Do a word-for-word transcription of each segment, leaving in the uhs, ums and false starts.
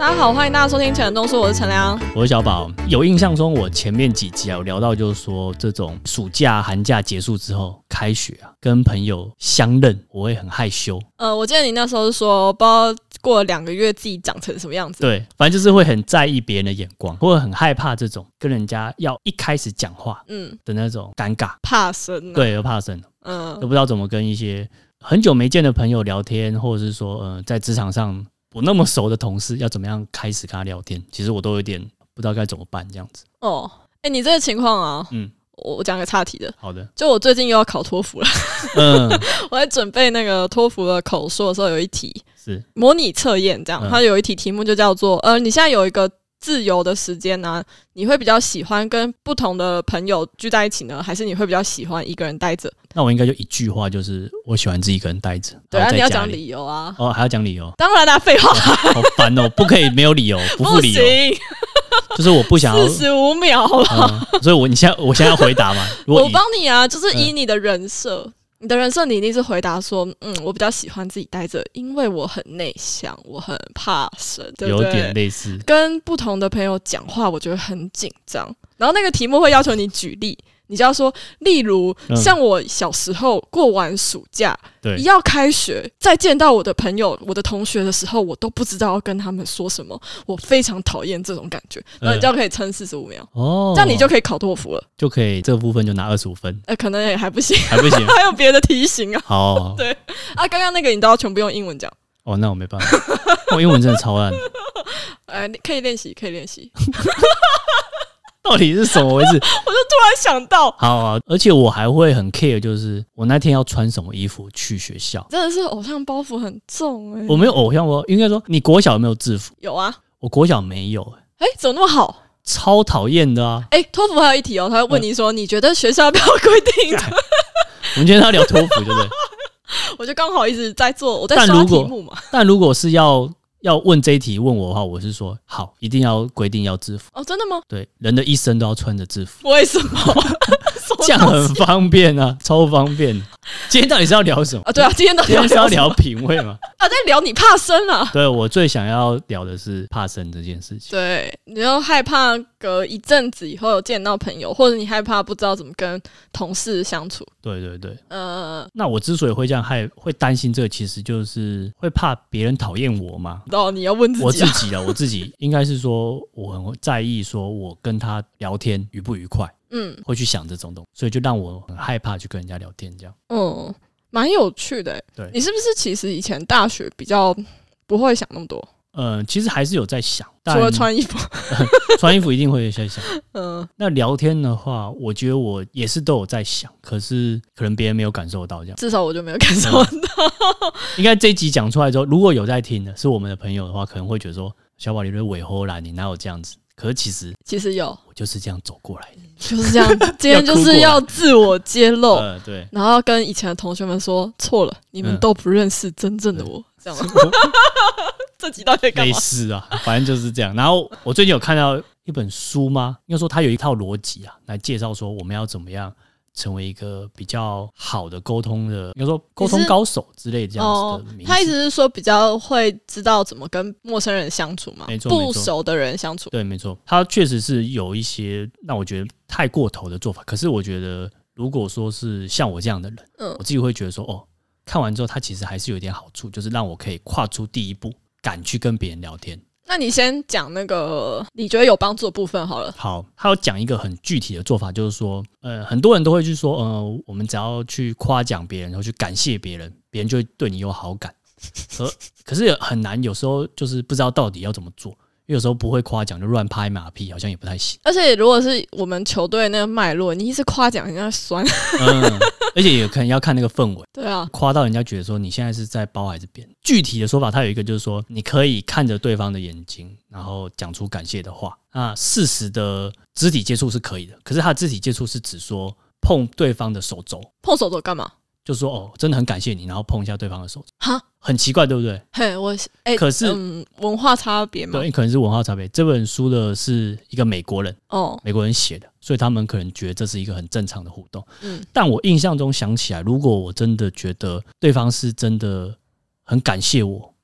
大家好，欢迎大家收听《陈人东说》，我是陈良， 我是小宝。有印象中，我前面几集啊，有聊到就是说，这种暑假、寒假结束之后，开学啊，跟朋友相认，我会很害羞。 呃，我记得你那时候是说，不知道过了两个月自己长成什么样子。 对，反正就是会很在意别人的眼光，或者很害怕这种跟人家要一开始讲话嗯的那种尴尬， 怕生、啊。 对，有怕生，嗯，都不知道怎么跟一些很久没见的朋友聊天，或者是说，呃，在职场上不那么熟的同事要怎么样开始跟他聊天，其实我都有点不知道该怎么办这样子。 哦，哎、欸，你这个情况啊，嗯，我讲个岔题的。 好的， 就我最近又要考托福了，嗯，我在准备那个托福的口说的时候，有一题是模拟测验，这样，它有一题题目就叫做，呃，你现在有一个自由的时间啊，你会比较喜欢跟不同的朋友聚在一起呢，还是你会比较喜欢一个人待着？ 那我应该就一句话，就是我喜欢自己一个人待着。 对啊，你要讲理由啊。 哦，还要讲理由？ 当然啦，废话。 好烦哦，不可以没有理由，不附理由。 不行， 就是我不想要。 四十五秒好不好、 嗯？所以我你现在我现在要回答嘛？ 我帮你啊，就是以你的人设。嗯，你的人设你一定是回答说，嗯，我比较喜欢自己待着，因为我很内向，我很怕生，对不对？ 有点类似。跟不同的朋友讲话，我觉得很紧张。然后那个题目会要求你举例，你就要说，例如、嗯、像我小时候过完暑假，对，一要开学，再见到我的朋友、我的同学的时候，我都不知道要跟他们说什么，我非常讨厌这种感觉。然后你就可以撑四十五秒，哦，这样你就可以考托福了， 就可以这个部分就拿二十五分。 呃，可能也还不行， 还不行， 还有别的题型啊。 好，好， 对啊，刚刚那个你都要全部用英文讲。 哦，那我没办法，我英文真的超烂。 呃，可以练习，可以练习。 到底是什么回事？ 我就突然想到， 好啊，而且我还会很 care， 就是我那天要穿什么衣服去学校， 真的是偶像包袱很重哎、欸。 我没有偶像包，应该说你国小有没有制服？ 有啊， 我国小没有、欸。 哎、欸，怎么那么好？ 超讨厌的啊！ 哎、欸，托福还有一题哦，他会问你说，嗯、你觉得学校要不要规定的？ 我们今天要聊托福，对不对？ 我就刚好一直在做，我在刷题目嘛。 但如果是要。要问这一题问我的话，我是说好，一定要规定要制服。 哦，真的吗？ 对，人的一生都要穿着制服。 为什么？ 这样很方便啊，超方便。今天到底是要聊什么啊？对啊，今天到底今天是要聊品味吗？ 啊，在聊你怕生啊。 对，我最想要聊的是怕生这件事情。 对，你要害怕隔一阵子以后有见到朋友，或者你害怕不知道怎么跟同事相处。 对对对，呃，那我之所以会这样害，会担心这个，其实就是会怕别人讨厌我嘛。 哦，你要问自己、啊， 我自己啊，我自己应该是说，我很在意，说我跟他聊天愉不愉快，嗯，会去想这种东西，所以就让我很害怕去跟人家聊天，这样。 嗯，蛮有趣的。对，你是不是其实以前大学比较不会想那么多？ 呃，其实还是有在想， 除了穿衣服， 穿衣服一定会在想。嗯，那聊天的话，我觉得我也是都有在想，可是可能别人没有感受到这样。 至少我就没有感受到。 嗯、应该这一集讲出来之后，如果有在听的是我们的朋友的话，可能会觉得说，小宝你的尾后啦，你哪有这样子？可是其实其实有， 我就是这样走过来的， 就是这样。今天就是要自我揭露， 呃、对， 然后要跟以前的同学们说错了，你们都不认识真正的我，嗯、这样吗？这集到底干嘛？ 类似啊，反正就是这样。然后我最近有看到一本书吗？应该说它有一套逻辑啊，来介绍说我们要怎么样成为一个比较好的沟通的，应该说沟通高手之类这样子的名字。 他意思是说比较会知道怎么跟陌生人相处嘛， 没错， 不熟的人相处。 对，没错，他确实是有一些让我觉得太过头的做法。可是我觉得，如果说是像我这样的人，嗯，我自己会觉得说，哦，看完之后，他其实还是有一点好处，就是让我可以跨出第一步，敢去跟别人聊天。 那你先讲那个你觉得有帮助的部分好了。 好，他有讲一个很具体的做法，就是说，呃，很多人都会去说，呃，我们只要去夸奖别人，然后去感谢别人，别人就会对你有好感。可可是很难，有时候就是不知道到底要怎么做。因为有时候不会夸奖就乱拍马屁，好像也不太行。 而且如果是我们球队那个脉络，你一直夸奖人家酸， 嗯，而且也可能要看那个氛围。 对啊， 夸到人家觉得说你现在是在包还是扁。具体的说法，它有一个就是说，你可以看着对方的眼睛，然后讲出感谢的话。那适时的肢体接触是可以的，可是他的肢体接触是指说碰对方的手肘。 碰手肘干嘛？ 就说哦，真的很感谢你，然后碰一下对方的手肘。哈，很奇怪，对不对？ 嘿，我哎、欸， 可是、 嗯、文化差别嘛， 对，可能是文化差别。这本书的是一个美国人，哦，美国人写的，所以他们可能觉得这是一个很正常的互动。嗯，但我印象中想起来，如果我真的觉得对方是真的很感谢我，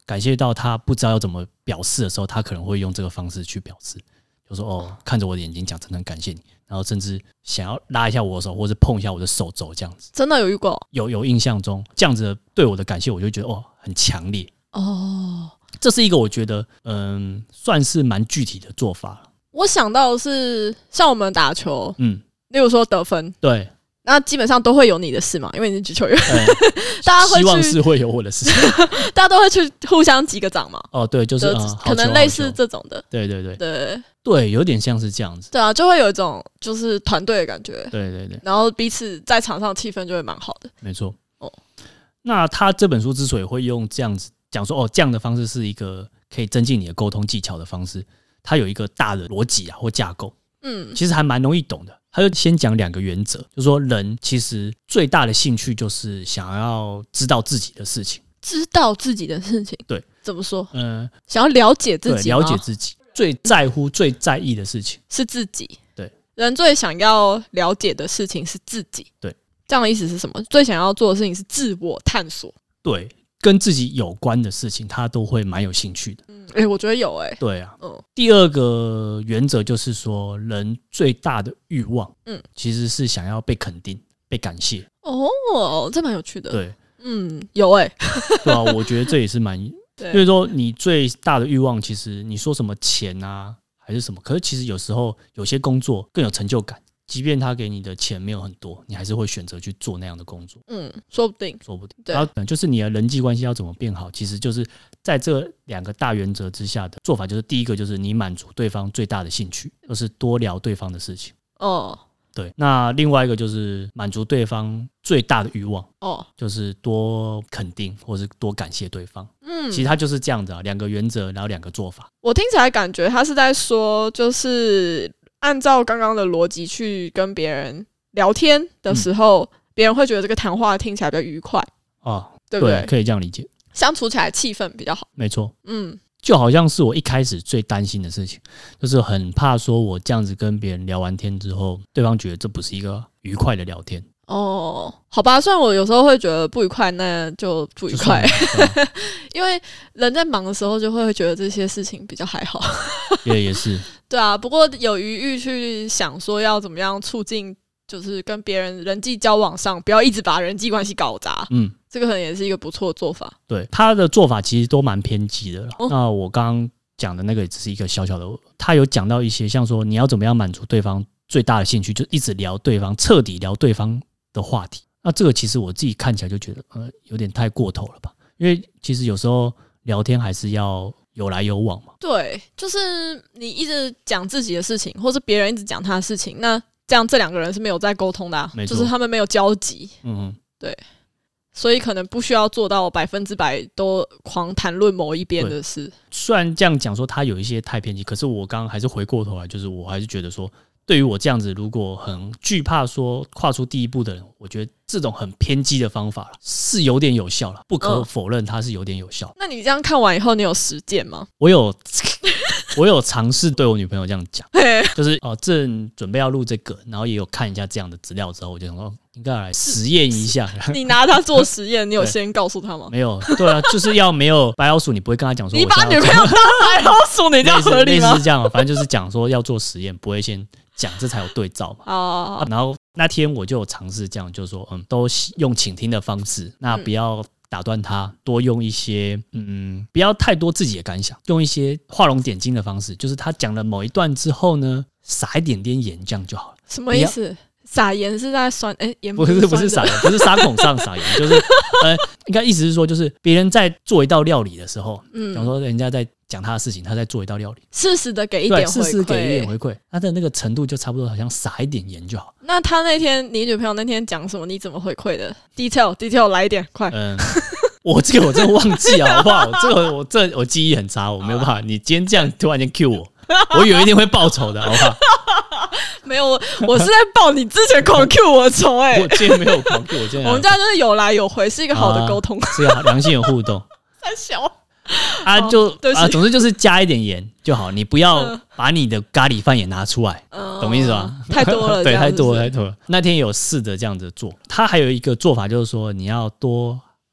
感谢到他不知道要怎么表示的时候，他可能会用这个方式去表示，就说哦，看着我的眼睛讲真的很感谢你，然后甚至想要拉一下我的手，或者碰一下我的手肘这样子。 真的有遇过？ 有有印象中这样子的对我的感谢，我就觉得哦很强烈哦。 这是一个我觉得嗯算是蛮具体的做法。 我想到的是像我们打球，嗯，例如说得分， 对。 那基本上都会有你的事嘛，因为你是举球员，大家会去希望是会有我的事， 大家都会去互相击个掌嘛。 哦，对，就是、呃、 可能类似这种的， 对对对对对，有点像是这样子。 对啊，就会有一种就是团队的感觉。 对对对， 然后彼此在场上气氛就会蛮好的。 没错。哦，那他这本书之所以会用这样子讲说，哦，这样的方式是一个可以增进你的沟通技巧的方式，它有一个大的逻辑啊或架构，嗯，其实还蛮容易懂的。他就先讲两个原则，就说人其实最大的兴趣就是想要知道自己的事情， 知道自己的事情， 对， 怎么说？ 嗯、呃， 想要了解自己， 了解自己，最在乎、最在意的事情是自己。 对， 人最想要了解的事情是自己。 对，这样的意思是什么？最想要做的事情是自我探索。 对。跟自己有关的事情，他都会蛮有兴趣的。 嗯，哎、欸，我觉得有哎、欸。 对啊，嗯。第二个原则就是说，人最大的欲望，嗯，其实是想要被肯定、被感谢。 哦，这蛮有趣的。 对， 嗯，有哎、欸。 对啊，我觉得这也是蛮，就是说你最大的欲望，其实你说什么钱啊，还是什么，可是其实有时候有些工作更有成就感。即便他给你的钱没有很多，你还是会选择去做那样的工作。嗯， 说不定， 说不定。然后就是你的人际关系要怎么变好，其实就是在这两个大原则之下的做法，就是第一个就是你满足对方最大的兴趣，就是多聊对方的事情。哦，对。那另外一个就是满足对方最大的欲望。哦，就是多肯定或是多感谢对方。嗯，其实他就是这样子啊，两个原则，然后两个做法。 我听起来感觉他是在说，就是按照刚刚的逻辑去跟别人聊天的时候，别、嗯、人会觉得这个谈话听起来比较愉快哦， 对不对？ 对，可以这样理解， 相处起来气氛比较好。 没错，嗯，就好像是我一开始最担心的事情，就是很怕说我这样子跟别人聊完天之后，对方觉得这不是一个愉快的聊天。 哦，好吧，虽然我有时候会觉得不愉快，那就不愉快，因为人在忙的时候就会觉得这些事情比较还好。 也也是， 对啊，不过有余裕去想说要怎么样促进，就是跟别人人际交往上，不要一直把人际关系搞砸。嗯，这个可能也是一个不错的做法。 对，他的做法其实都蛮偏激的啦、哦、那我刚刚讲的那个只是一个小小的，他有讲到一些像说你要怎么样满足对方最大的兴趣，就一直聊对方，彻底聊对方的话题。那这个其实我自己看起来就觉得呃有点太过头了吧，因为其实有时候聊天还是要有来有往嘛。 对，就是你一直讲自己的事情，或是别人一直讲他的事情，那这样这两个人是没有在沟通的、啊、就是他们没有交集。嗯，对，所以可能不需要做到百分之百都狂谈论某一边的事。 虽然这样讲说他有一些太偏激，可是我刚刚还是回过头来，就是我还是觉得说，对于我这样子如果很惧怕说跨出第一步的人，我觉得这种很偏激的方法是有点有效了，不可否认它是有点有效、嗯、 那你这样看完以后你有实践吗？ 我有我有尝试对我女朋友这样讲，就是哦，正准备要录这个，然后也有看一下这样的资料之后，我就想说应该来实验一下。 你拿它做实验，你有先告诉他吗？ 没有，对啊，就是要没有白老鼠，你不会跟他讲说你把女朋友当白老鼠，你这样合理吗？ 类似这样，反正就是讲说要做实验，不会先讲，这才有对照嘛。哦、啊，然后那天我就有尝试这样，就是说，嗯，都用倾听的方式，那不要打断他，多用一些，嗯，不要太多自己的感想，用一些画龙点睛的方式，就是他讲了某一段之后呢，撒一点点盐，这样就好了。 什么意思？撒盐是在酸？哎、欸，盐不是不是撒盐，不是沙孔上撒盐，就是呃，应该意思是说，就是别人在做一道料理的时候，嗯，比方说人家在讲他的事情，他在做一道料理， 适时的给一点回馈， 适时给一点回馈，他的那个程度就差不多，好像撒一点盐就好。 那他那天你女朋友那天讲什么？你怎么回馈的 ？detail detail 来一点，快。嗯， 我这个我真的忘记了，好不好？这个我这我记忆很差，我没有办法。你今天这样突然间 cue 我，我以为一定会报仇的，好不好？ 没有，我是在报你之前狂 cue 我的仇哎、欸。 我今天没有狂 cue， 我今天我们家就是有来有回，是一个好的沟通， 啊、是个良性的互动。 太小。 啊就啊，总之就是加一点盐就好，你不要把你的咖喱饭也拿出来，嗯、懂意思吧？ 太多了， 对，太多了，太多了。那天有试着这样子做，他还有一个做法就是说，你要多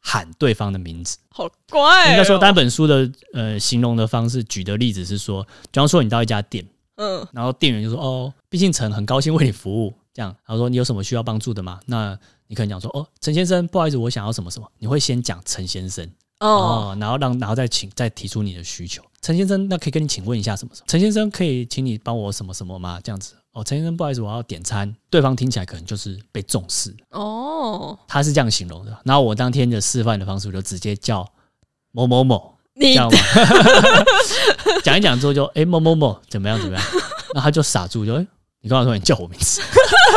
喊对方的名字。 好怪、哦！ 应该说，单本书的呃形容的方式，举的例子是说，比方说你到一家店，嗯，然后店员就说：“哦，毕竟陈很高兴为你服务。”这样，他说：“你有什么需要帮助的吗？”那你可能讲说：“哦，陈先生，不好意思，我想要什么什么。”你会先讲陈先生。哦, 哦，然后让，然后再请，再提出你的需求。陈先生，那可以跟你请问一下什么什么？陈先生，可以请你帮我什么什么吗？这样子。哦，陈先生，不好意思，我要点餐。对方听起来可能就是被重视。哦，他是这样形容的。然后我当天的示范的方式，我就直接叫某某某，你知道吗？讲一讲之后就，哎、欸，某某某怎么样怎么样？然后他就傻住，就，哎、欸，你刚才说你叫我名字。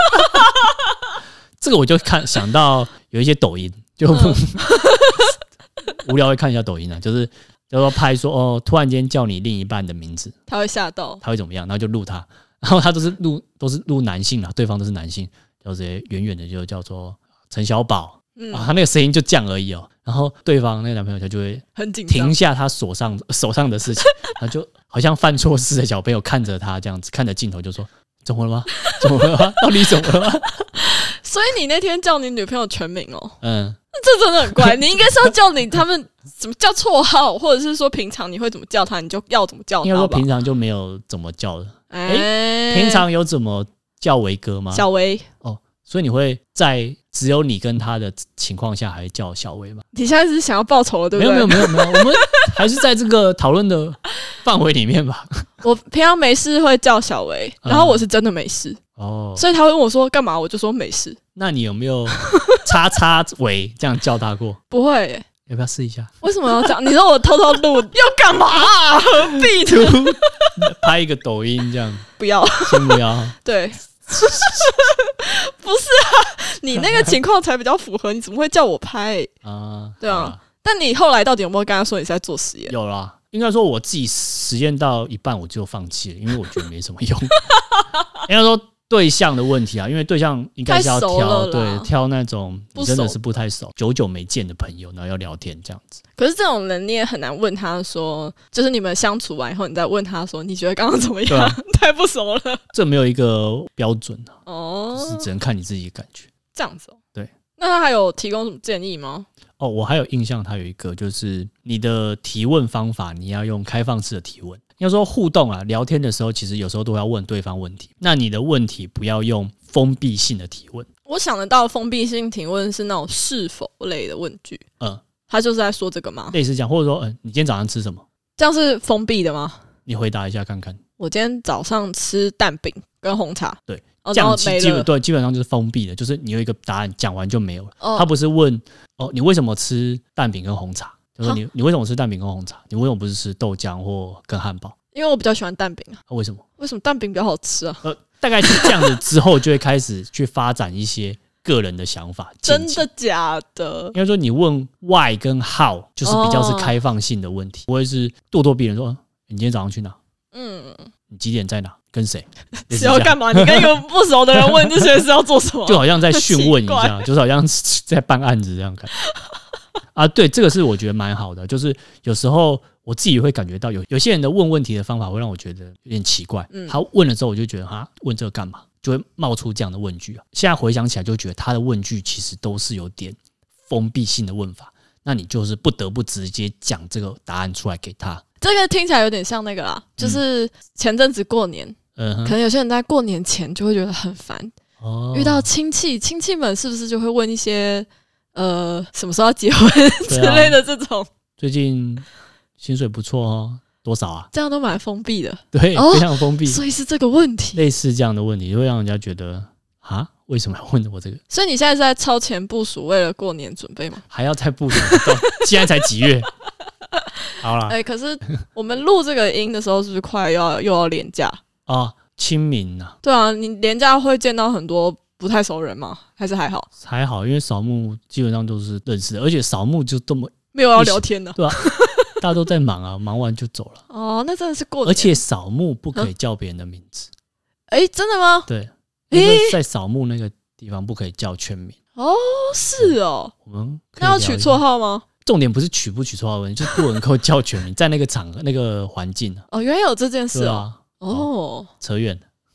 这个我就看想到有一些抖音，就。嗯无聊会看一下抖音啊，就是就说拍说哦，突然间叫你另一半的名字， 他会吓到， 他会怎么样？然后就录他，然后他都是录都是录男性啦，对方都是男性，就直接远远的就叫做陈小宝、嗯、啊，他那个声音就这样而已哦。然后对方那个男朋友他就会很紧张， 停下他手上手上的事情，他就好像犯错事的小朋友看着他这样子，看着镜头就说：“怎么了吗？怎么了吗？到底怎么了吗？” 所以你那天叫你女朋友全名哦？嗯。这真的很怪，你应该是要叫你他们怎么叫绰号，或者是说平常你会怎么叫他，你就要怎么叫他吧。 应该说平常就没有怎么叫了。哎、欸，平常有怎么叫维哥吗？ 小维哦，所以你会在只有你跟他的情况下还叫小维吗？ 你现在是想要报仇了，对不对？ 没有没有没有没有，我们还是在这个讨论的范围里面吧。 我平常没事会叫小维，然后我是真的没事。哦，所以他会问我说干嘛，我就说没事。 那你有没有叉叉维这样叫他过？ 不会耶， 要不要试一下？ 为什么要这样？你说我偷偷录要干嘛、啊？何必呢？ 拍一个抖音这样？ 不要， 先不要。 对，不是啊，你那个情况才比较符合，你怎么会叫我拍啊？对啊，但你后来到底有没有跟他说你是在做实验？ 有啦。应该说我自己实验到一半我就放弃了，因为我觉得没什么用。应该说对象的问题啊，因为对象应该是要挑，对，挑那种你真的是不太熟、久久没见的朋友，然后要聊天这样子。 可是这种人你也很难问他说，就是你们相处完以后，你再问他说，你觉得刚刚怎么样？啊、太不熟了。 这没有一个标准啊，哦，就是只能看你自己的感觉。 这样子哦。 对。 那他还有提供什么建议吗？ 哦，我还有印象，他有一个就是你的提问方法，你要用开放式的提问。要说互动啊，聊天的时候，其实有时候都要问对方问题。那你的问题不要用封闭性的提问。 我想得到封闭性提问是那种是否类的问句。嗯，他就是在说这个吗？ 类似这样，或者说，嗯、呃，你今天早上吃什么？ 这样是封闭的吗？ 你回答一下看看。 我今天早上吃蛋饼跟红茶。 对。这样基本对基本上就是封闭的，就是你有一个答案讲完就没有了。哦、他不是问哦，你为什么吃蛋饼跟红茶？就说你你为什么吃蛋饼跟红茶？你为什么不是吃豆浆或跟汉堡？ 因为我比较喜欢蛋饼啊。 啊为什么？ 为什么蛋饼比较好吃啊？ 呃，大概是这样子之后，就会开始去发展一些个人的想法。 真的假的？ 应该说你问 why 跟 how 就是比较是开放性的问题，不会是咄咄逼人说、呃、你今天早上去哪？嗯，你几点在哪？跟谁？ 是要干嘛？你跟一个不熟的人问这些是要做什么？ 就好像在讯问一下，就是好像在办案子这样感觉啊。对，这个是我觉得蛮好的。就是有时候我自己会感觉到有有些人的问问题的方法会让我觉得有点奇怪。嗯、他问了之后，我就觉得哈，问这个干嘛？就会冒出这样的问句啊。现在回想起来，就觉得他的问句其实都是有点封闭性的问法。那你就是不得不直接讲这个答案出来给他。 这个听起来有点像那个啦，就是前阵子过年。嗯，可能有些人在过年前就会觉得很烦，哦、遇到亲戚，亲戚们是不是就会问一些呃什么时候要结婚之类的这种？啊、 最近薪水不错哦，多少啊？ 这样都蛮封闭的， 对，哦、非常封闭， 所以是这个问题。 类似这样的问题，会让人家觉得啊，为什么要问我这个？ 所以你现在是在超前部署，为了过年准备吗？ 还要再部署到现在才几月？好啦， 哎、欸，可是我们录这个音的时候，是不是快要又要连假？ 啊，清明啊， 对啊，你连假会见到很多不太熟人吗？还是还好？ 还好，因为扫墓基本上都是认识的，而且扫墓就这么没有要聊天的， 对啊，大家都在忙啊，忙完就走了。 哦，那真的是过年。 而且扫墓不可以叫别人的名字。 哎、欸，真的吗？ 对，因为在扫墓那个地方不可以叫全名。 哦，是哦。 我们那要取绰号吗？ 重点不是取不取绰号的问题，就是不能够叫全名，在那个场合、那个环境、啊。 哦，原来有这件事哦。 啊、哦，扯远了。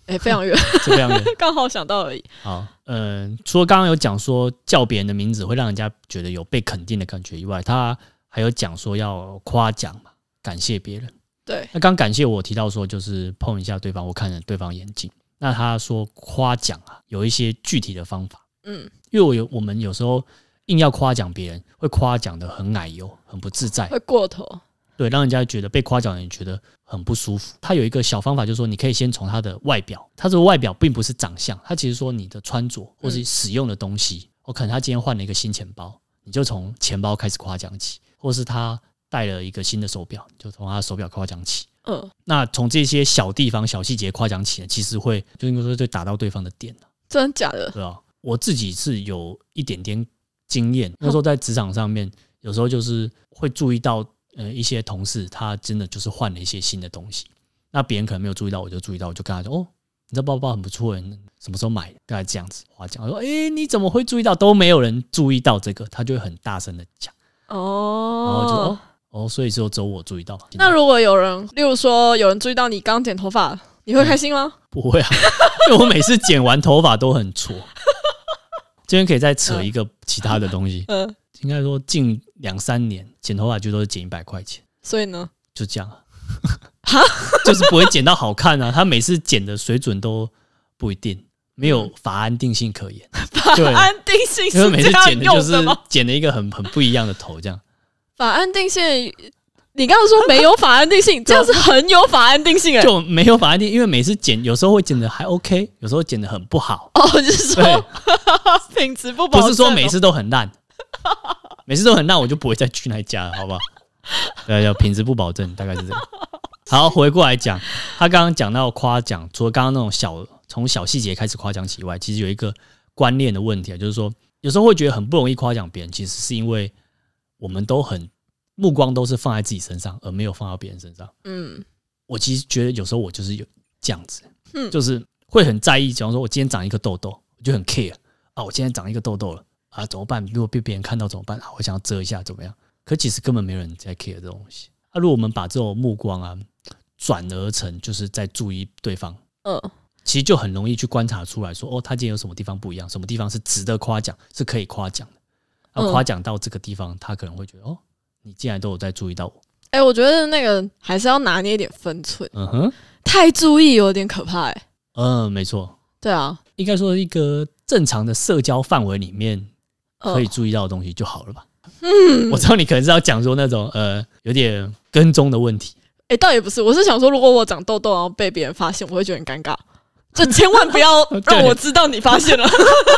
哎、欸，非常远， 是非常远， 刚好想到而已。 好，嗯、呃，除了刚刚有讲说叫别人的名字会让人家觉得有被肯定的感觉以外，他还有讲说要夸奖嘛，感谢别人。 对， 那刚感谢我提到说就是碰一下对方，我看了对方眼睛。那他说夸奖啊，有一些具体的方法。嗯，因为我有我们有时候硬要夸奖别人，会夸奖的很奶油，很不自在， 会过头。 对，让人家觉得被夸奖的人觉得很不舒服。他有一个小方法，就是说你可以先从他的外表，他这个外表并不是长相，他其实说你的穿着或是使用的东西。我、嗯、可能他今天换了一个新钱包，你就从钱包开始夸奖起，或是他戴了一个新的手表，就从他的手表夸奖起。嗯，那从这些小地方、小细节夸奖起呢，其实会就应该说就打到对方的点了。 真的假的？ 对啊，我自己是有一点点经验，那时候在职场上面，有时候就是会注意到。呃，一些同事他真的就是换了一些新的东西，那别人可能没有注意到，我就注意到，我就跟他说：“哦，你这包包很不错，什么时候买的？”大概这样子话讲，我说：“哎、欸，你怎么会注意到？都没有人注意到这个。”他就会很大声的讲。哦，然后就哦哦，所以只有只有我注意到。 那如果有人，例如说有人注意到你刚剪头发，你会开心吗？ 嗯、不会啊，因为我每次剪完头发都很挫。这边可以再扯一个其他的东西。嗯。应该说近两三年剪头发就都是剪一百块钱， 所以呢就这样啊，就是不会剪到好看啊。他每次剪的水准都不一定，没有法安定性可言。 法安定性是这样用的吗？ 因为每次剪的就是剪了一个很很不一样的头，这样。 法安定性，你刚刚说没有法安定性，这样是很有法安定性哎、欸， 就没有法安定，因为每次剪有时候会剪的还 OK， 有时候剪的很不好。 哦，就是说品质不保证、哦， 不是说每次都很烂。每次都很烂，我就不会再去那一家了，好不好？对，有品质不保证，大概是这样。好，回过来讲，他刚刚讲到夸奖，除了刚刚那种小从小细节开始夸奖起以外，其实有一个观念的问题，就是说有时候会觉得很不容易夸奖别人，其实是因为我们都很目光都是放在自己身上，而没有放到别人身上。嗯，我其实觉得有时候我就是有这样子，嗯，就是会很在意，假如说我今天长一个痘痘，我就很 care 啊，我今天长一个痘痘了。啊，怎么办？如果被别人看到怎么办？啊，我想要遮一下，怎么样？可其实根本没有人在 care 这东西。那、啊、如果我们把这种目光啊转而成就是在注意对方，嗯，其实就很容易去观察出来说，哦，他今天有什么地方不一样，什么地方是值得夸奖，是可以夸奖的。啊，夸奖到这个地方，他可能会觉得，哦，你竟然都有在注意到我。 哎、欸，我觉得那个还是要拿捏一点分寸。嗯哼，太注意有点可怕、欸。哎， 嗯，没错。 对啊， 应该说一个正常的社交范围里面。可以注意到的东西就好了吧？嗯，我知道你可能是要讲说那种呃有点跟踪的问题。 哎、欸，倒也不是，我是想说，如果我长痘痘然后被别人发现，我会觉得很尴尬，就千万不要让我知道你发现了。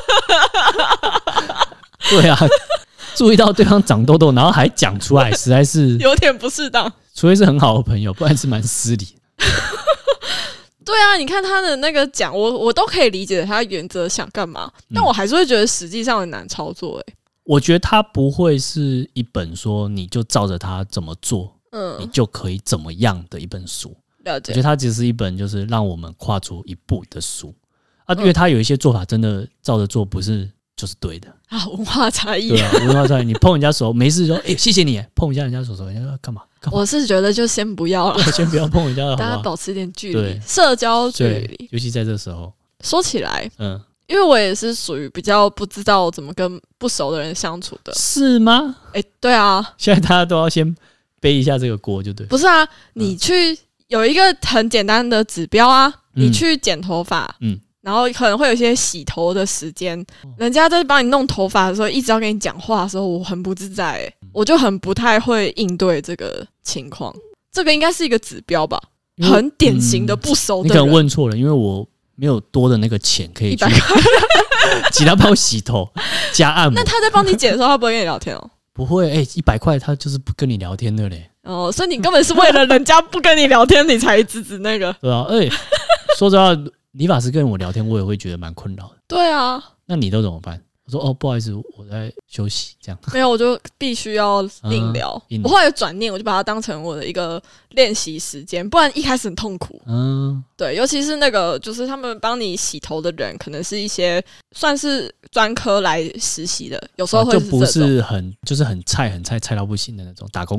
对啊，注意到对方长痘痘，然后还讲出来，实在是有点不适当。 除非是很好的朋友，不然是蛮失礼。 对啊，你看他的那个讲，我我都可以理解他原则想干嘛，但我还是会觉得实际上很难操作、欸。 我觉得他不会是一本说你就照着他怎么做，嗯，你就可以怎么样的一本书。 了解， 我觉得它只是一本就是让我们跨出一步的书啊，因为他有一些做法真的照着做不是就是对的啊，文化差异。 对啊，文化差异。你碰人家手没事说，哎、欸，谢谢你，碰一下人家手手，人家说干嘛？ 我是觉得就先不要了， 先不要碰人家的好不好， 大家保持一点距离，社交距离， 尤其在这时候。 说起来，嗯，因为我也是属于比较不知道怎么跟不熟的人相处的， 是吗？ 哎、欸，对啊， 现在大家都要先背一下这个锅，就对。 不是啊，你去有一个很简单的指标啊，嗯、你去剪头发，嗯。然后可能会有一些洗头的时间，人家在帮你弄头发的时候，一直要跟你讲话的时候，我很不自在、欸，我就很不太会应对这个情况。这个应该是一个指标吧，很典型的不熟的人。 嗯、你可能问错了，因为我没有多的那个钱可以去请他帮我洗头加按摩。 那他在帮你剪的时候，他不会跟你聊天哦？ 不会，哎、欸，一百块他就是不跟你聊天的嘞。 哦，所以你根本是为了人家不跟你聊天，你才支持那个。 对啊，哎、欸，说实话。理发师跟我聊天，我也会觉得蛮困扰的。 对啊， 那你都怎么办？我说哦，不好意思，我在休息，这样。 没有，我就必须要硬聊。嗯、我后来有转念，我就把它当成我的一个练习时间，不然一开始很痛苦。嗯，对，尤其是那个，就是他们帮你洗头的人，可能是一些算是专科来实习的，有时候会是、 啊、就不是很就是很菜很菜菜到不行的那种打工仔。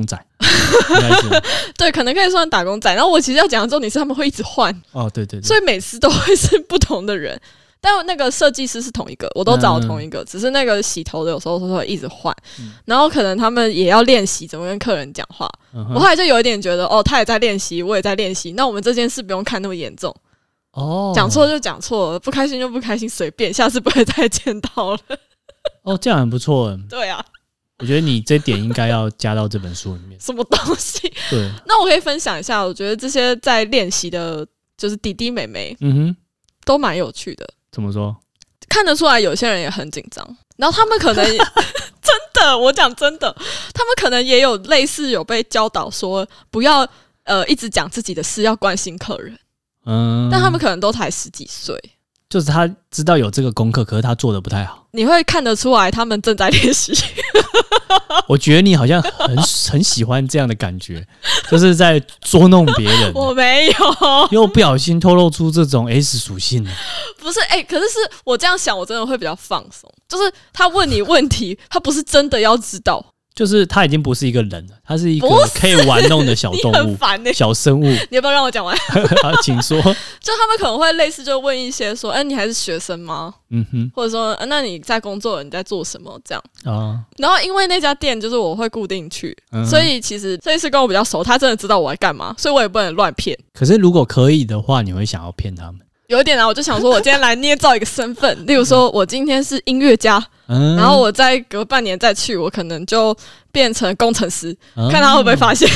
应该是对，可能可以算打工仔。然后我其实要讲的重点是他们会一直换哦，对对对， 所以每次都会是不同的人。但那个设计师是同一个，我都找同一个，嗯、只是那个洗头的有时候会一直换、嗯，然后可能他们也要练习怎么跟客人讲话、嗯。我后来就有一点觉得，哦，他也在练习，我也在练习，那我们这件事不用看那么严重。哦，讲错就讲错了，不开心就不开心，随便，下次不会再见到了。 哦，这样很不错。 对啊， 我觉得你这点应该要加到这本书里面。 什么东西？ 对， 那我可以分享一下，我觉得这些在练习的，就是弟弟妹妹，嗯哼，都蛮有趣的。 怎么说？ 看得出来有些人也很紧张，然后他们可能真的，我讲真的，他们可能也有类似有被教导说不要呃一直讲自己的事，要关心客人。嗯，但他们可能都才十几岁， 就是他知道有这个功课，可是他做的不太好。 你会看得出来他们正在练习。 我觉得你好像很很喜欢这样的感觉，就是在捉弄别人。 我没有， 又不小心透露出这种 S 属性了。 不是，哎、欸，可是是我这样想，我真的会比较放松。就是他问你问题，他不是真的要知道。 就是他已经不是一个人了，他是一个可以玩弄的小动物、 欸、 小生物。 你要不要让我讲完？ 好，请说。 就他们可能会类似，就问一些说：“哎、欸，你还是学生吗？”嗯哼，或者说、啊：“那你在工作，你在做什么？”这样啊。然后因为那家店就是我会固定去，嗯、所以其实这一次跟我比较熟，他真的知道我在干嘛，所以我也不能乱骗。 可是如果可以的话，你会想要骗他们？ 有一点啊，我就想说，我今天来捏造一个身份，例如说我今天是音乐家。嗯、然后我再隔半年再去，我可能就变成工程师，嗯、看他会不会发现。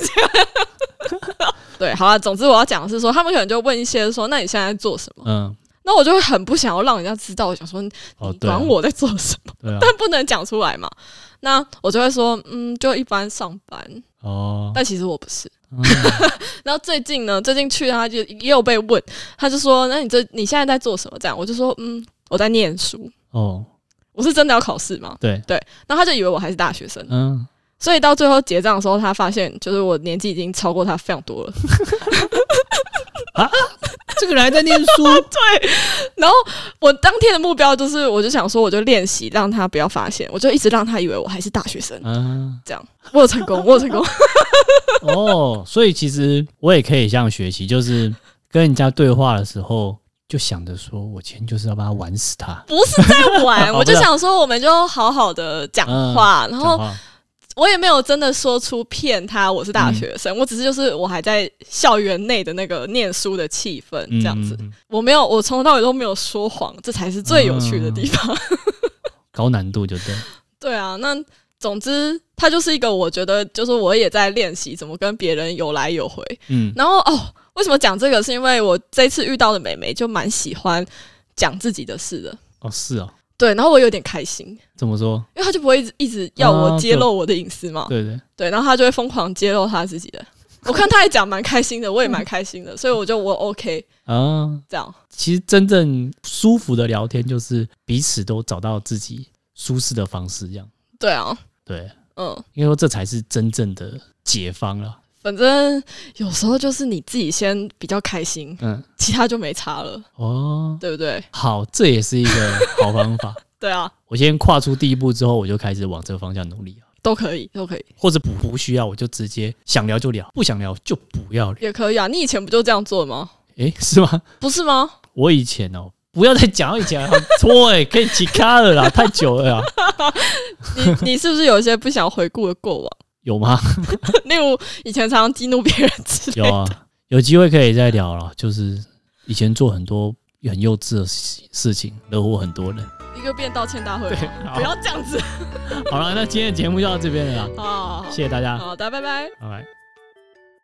对，好啊。总之我要讲的是说，他们可能就问一些说，那你现在在做什么？嗯，那我就会很不想要让人家知道，我想说，你管我在做什么，哦啊、但不能讲出来嘛。那我就会说，嗯，就一般上班。哦，但其实我不是。嗯、然后最近呢，最近去他就也有被问，他就说，那你这你现在在做什么？这样我就说，嗯，我在念书。哦。我是真的要考试吗？ 对对，然后他就以为我还是大学生，嗯，所以到最后结账的时候，他发现就是我年纪已经超过他非常多了。 啊，这个人还在念书？ 对。然后我当天的目标就是，我就想说，我就练习让他不要发现，我就一直让他以为我还是大学生，嗯，这样我有成功，我有成功。 哦，所以其实我也可以这样学习，就是跟人家对话的时候。就想着说，我今天就是要把他玩死他， 不是在玩，我就想说，我们就好好的讲话，嗯、然后我也没有真的说出骗他我是大学生，嗯、我只是就是我还在校园内的那个念书的气氛这样子，嗯、我没有，我从头到尾都没有说谎，这才是最有趣的地方。嗯、 高难度就对。 对啊，那总之，他就是一个我觉得就是我也在练习怎么跟别人有来有回，嗯，然后哦。为什么讲这个？是因为我这次遇到的妹妹就蛮喜欢讲自己的事的。 哦，是哦。 对，然后我有点开心。 怎么说？ 因为她就不会一直一直要我揭露我的隐私嘛。 啊、对对对，然后她就会疯狂揭露她自己的。我看她也讲蛮开心的，我也蛮开心的，所以我就我 OK 啊，这样。 其实真正舒服的聊天，就是彼此都找到自己舒适的方式，这样。 对啊， 对，嗯，因为说这才是真正的解放了。 反正有时候就是你自己先比较开心，嗯，其他就没差了，哦，对不对？ 好，这也是一个好方法。 对啊， 我先跨出第一步之后，我就开始往这个方向努力了。 都可以，都可以， 或者不不需要，我就直接想聊就聊，不想聊就不要聊， 也可以啊。你以前不就这样做吗？ 诶，是吗？ 不是吗？ 我以前哦，不要再讲以前，错诶，可以起卡了啦，太久了啦。 你你是不是有一些不想回顾的过往？ 有吗？ 例如以前常常激怒别人之类的。 有啊，有机会可以再聊了。就是以前做很多很幼稚的事情，惹火很多人。 一个变道歉大会，不要这样子。 好了，那今天的节目就到这边了啦。 好， 谢谢大家。 好的，拜拜。 拜拜。